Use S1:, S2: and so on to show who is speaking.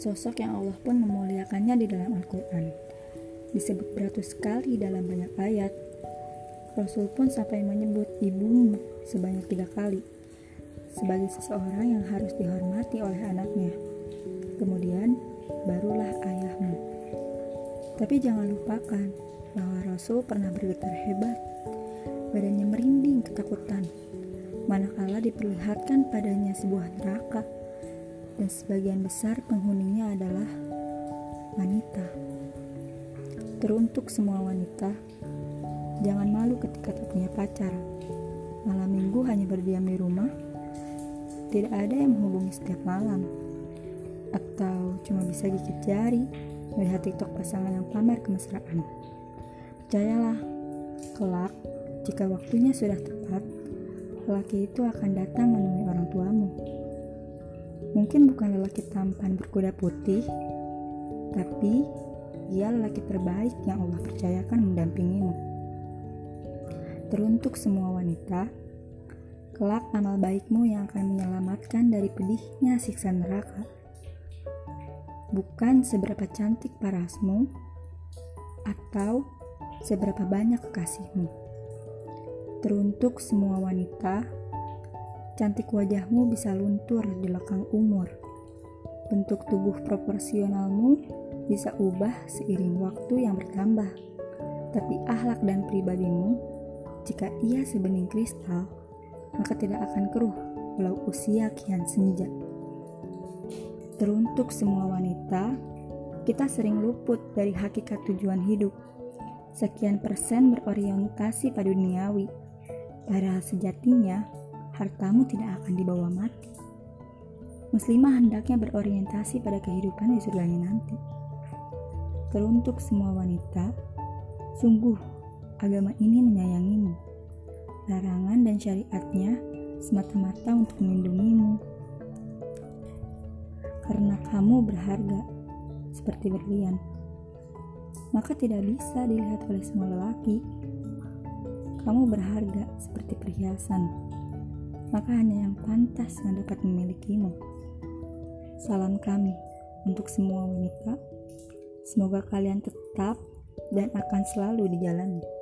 S1: Sosok yang Allah pun memuliakannya di dalam Al-Quran. Disebut beratus kali dalam banyak ayat. Rasul pun sampai menyebut ibumu sebanyak 3 kali sebagai seseorang yang harus dihormati oleh anaknya. Kemudian barulah ayahmu. Tapi jangan lupakan bahwa Rasul pernah bergetar hebat, badannya merinding ketakutan, manakala diperlihatkan padanya sebuah neraka, dan sebagian besar penghuninya adalah wanita. Teruntuk semua wanita, jangan malu ketika tak punya pacar. Malam minggu hanya berdiam di rumah, tidak ada yang menghubungi setiap malam, atau cuma bisa gigit jari melihat TikTok pasangan yang pamer kemesraan. Percayalah, kelak jika waktunya sudah tepat, lelaki itu akan datang menemui orang tuamu. Mungkin bukan lelaki tampan berkuda putih, tapi ia lelaki terbaik yang Allah percayakan mendampingimu. Teruntuk semua wanita, kelak amal baikmu yang akan menyelamatkan dari pedihnya siksa neraka. Bukan seberapa cantik parasmu atau seberapa banyak kekasihmu. Teruntuk semua wanita, cantik wajahmu bisa luntur di lekang umur. Bentuk tubuh proporsionalmu bisa ubah seiring waktu yang bertambah. Tapi akhlak dan pribadimu, jika ia sebening kristal, maka tidak akan keruh walau usia kian senja. Teruntuk semua wanita, kita sering luput dari hakikat tujuan hidup. Sekian persen berorientasi pada duniawi, padahal sejatinya hartamu tidak akan dibawa mati. Muslimah hendaknya berorientasi pada kehidupan di surganya nanti. Teruntuk semua wanita, sungguh agama ini menyayangimu. Larangan dan syariatnya semata-mata untuk melindungimu. Karena kamu berharga seperti berlian, maka tidak bisa dilihat oleh semua lelaki. Kamu berharga seperti perhiasan, maka hanya yang pantas yang dapat memilikimu. Salam kami untuk semua wanita. Semoga kalian tetap dan akan selalu dijalani.